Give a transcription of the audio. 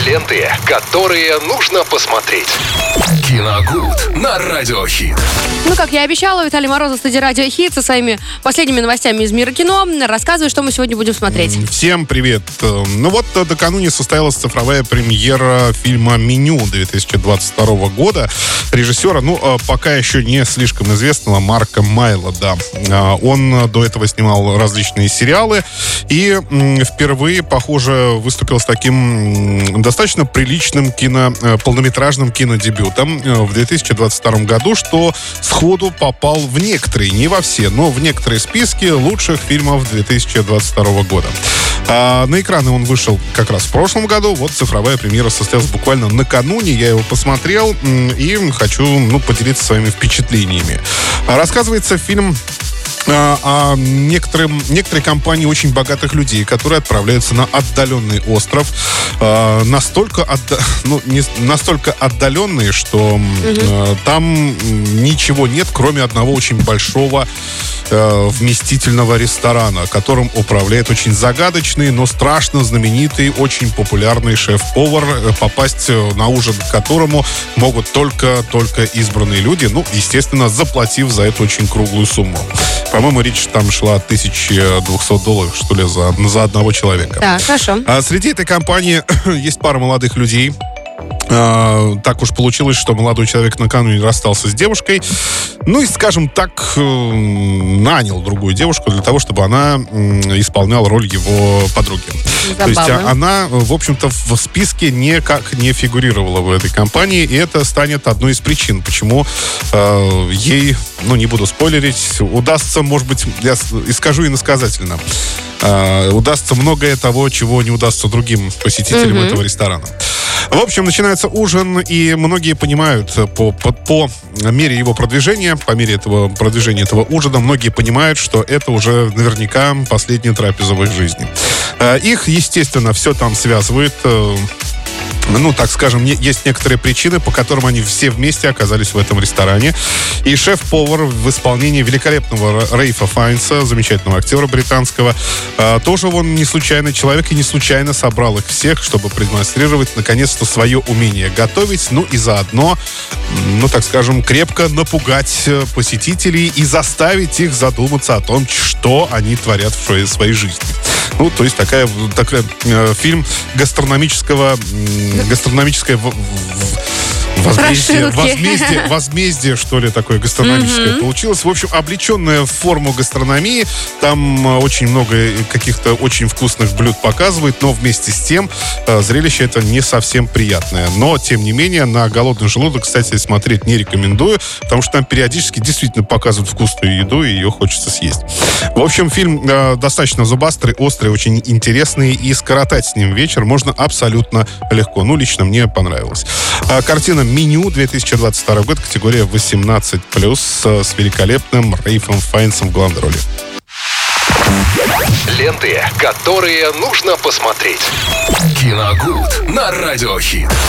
Ленты, которые нужно посмотреть. Киногуд на Радиохит. Ну, как я и обещала, Виталий Морозов в студии Радио Хит со своими последними новостями из мира кино. Рассказывай, что мы сегодня будем смотреть. Всем привет. Ну вот, накануне состоялась цифровая премьера фильма «Меню» 2022 года. Режиссера, пока еще не слишком известного, Марка Майло, да. Он до этого снимал различные сериалы и впервые, похоже, выступил с таким достаточно приличным полнометражным кинодебютом в 2022 году, что сходу попал в некоторые, не во все, но в некоторые списки лучших фильмов 2022 года. На экраны он вышел как раз в прошлом году. Вот цифровая премьера состоялась буквально накануне. Я его посмотрел и хочу поделиться своими впечатлениями. Рассказывается фильм о некоторой компании очень богатых людей, которые отправляются на отдаленный остров. Настолько отдаленный, что там ничего нет, кроме одного очень большого вместительного ресторана, которым управляет очень загадочный, но страшно знаменитый, очень популярный шеф-повар, попасть на ужин к которому могут только избранные люди, естественно, заплатив за это очень круглую сумму. По-моему, речь там шла о $1200, что ли, за одного человека. Да, хорошо. Среди этой компании есть пара молодых людей. Так уж получилось, что молодой человек накануне расстался с девушкой. И, скажем так, нанял другую девушку для того, чтобы она исполняла роль его подруги. Забавно. То есть она, в общем-то, в списке никак не фигурировала в этой компании, и это станет одной из причин, почему ей, не буду спойлерить, удастся, может быть, я скажу иносказательно, удастся многое того, чего не удастся другим посетителям этого ресторана. В общем, начинается ужин, и многие понимают по мере его продвижения, по мере этого продвижения этого ужина, многие понимают, что это уже наверняка последняя трапеза в их жизни. Их, естественно, все там связывает. Так скажем, есть некоторые причины, по которым они все вместе оказались в этом ресторане. И шеф-повар в исполнении великолепного Рейфа Файнса, замечательного актера британского, тоже он не случайный человек и не случайно собрал их всех, чтобы продемонстрировать, наконец-то, свое умение готовить, и заодно, так скажем, крепко напугать посетителей и заставить их задуматься о том, что они творят в своей жизни. То есть такая фильм гастрономическое возмездие, что ли, такое гастрономическое получилось. В общем, облеченная в форму гастрономии. Там очень много каких-то очень вкусных блюд показывает, но вместе с тем зрелище это не совсем приятное. Но, тем не менее, на голодный желудок, кстати, смотреть не рекомендую, потому что там периодически действительно показывают вкусную еду, и ее хочется съесть. В общем, фильм достаточно зубастрый, острый, очень интересный, и скоротать с ним вечер можно абсолютно легко. Лично мне понравилось. Картина «Меню», 2022 год, категория 18+, с великолепным Рейфом Файнсом в главной роли. Ленты, которые нужно посмотреть. Киногуд на Радиохит.